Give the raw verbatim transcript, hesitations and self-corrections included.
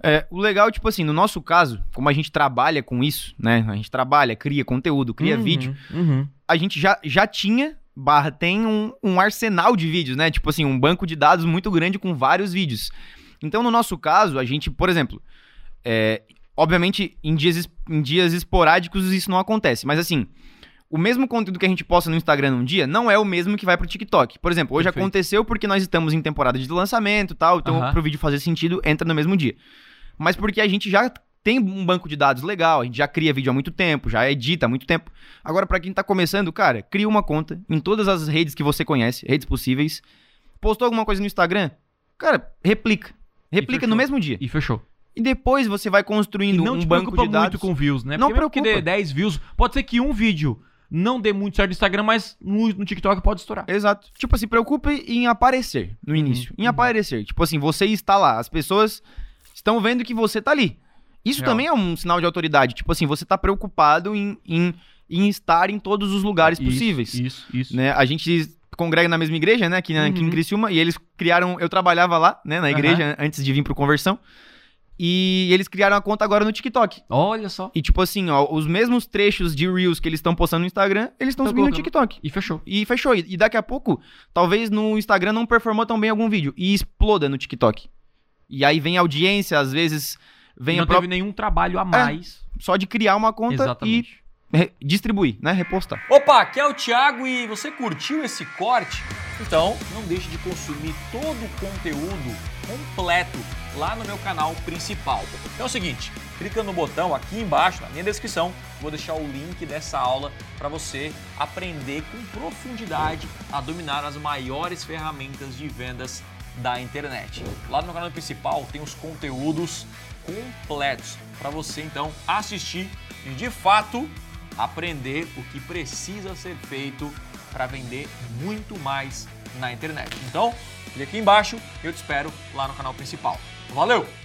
É, o legal, tipo assim, no nosso caso, como a gente trabalha com isso, né? A gente trabalha, cria conteúdo, cria Uhum, vídeo, uhum. a gente já, já tinha, barra, tem um, um arsenal de vídeos, né? Tipo assim, um banco de dados muito grande com vários vídeos. Então, no nosso caso, a gente, por exemplo, é, obviamente, em dias, es- em dias esporádicos isso não acontece, mas assim, o mesmo conteúdo que a gente posta no Instagram num dia não é o mesmo que vai pro TikTok. Por exemplo, hoje Perfeito. aconteceu porque nós estamos em temporada de lançamento e tal, então Aham. pro vídeo fazer sentido, entra no mesmo dia. Mas porque a gente já tem um banco de dados legal, a gente já cria vídeo há muito tempo, já edita há muito tempo. Agora, pra quem tá começando, cara, cria uma conta em todas as redes que você conhece, redes possíveis. Postou alguma coisa no Instagram? Cara, replica. Replica fechou. no mesmo dia. E fechou. E depois você vai E construindo não um te banco preocupa de dados. muito com views, né? Não Porque mesmo que preocupa. dê dez views, pode ser que um vídeo não dê muito certo no Instagram, mas no, no TikTok pode estourar. Exato. Tipo, se preocupe em aparecer no início. Em uhum. aparecer. Tipo assim, você está lá. As pessoas estão vendo que você tá ali. Isso Real. também é um sinal de autoridade. Tipo assim, você tá preocupado em, em, em estar em todos os lugares Isso, possíveis. Isso, isso. Né? A gente congrega na mesma igreja, né? Aqui, na- aqui em Uhum. Criciúma. E eles criaram... Eu trabalhava lá, né? Na igreja, Aham. antes de vir pro Conversão. E eles criaram a conta agora no TikTok. Olha só. E tipo assim, ó, os mesmos trechos de Reels que eles estão postando no Instagram, eles estão Tão subindo no colocando. TikTok. E fechou. E fechou. E e daqui a pouco, talvez no Instagram não performou tão bem algum vídeo. E exploda no TikTok. E aí vem audiência, às vezes vem não a própria... teve nenhum trabalho a mais. Só de criar uma conta Exatamente. e re- distribuir, né? Repostar. Opa, aqui é o Thiago e você curtiu esse corte? Então não deixe de consumir todo o conteúdo completo lá no meu canal principal. Então é o seguinte, clica no botão aqui embaixo na minha descrição, vou deixar o link dessa aula para você aprender com profundidade a dominar as maiores ferramentas de vendas da internet. Lá no meu canal principal tem os conteúdos completos para você então assistir e de fato aprender o que precisa ser feito para vender muito mais na internet. Então, clique aqui embaixo e eu te espero lá no canal principal. Valeu!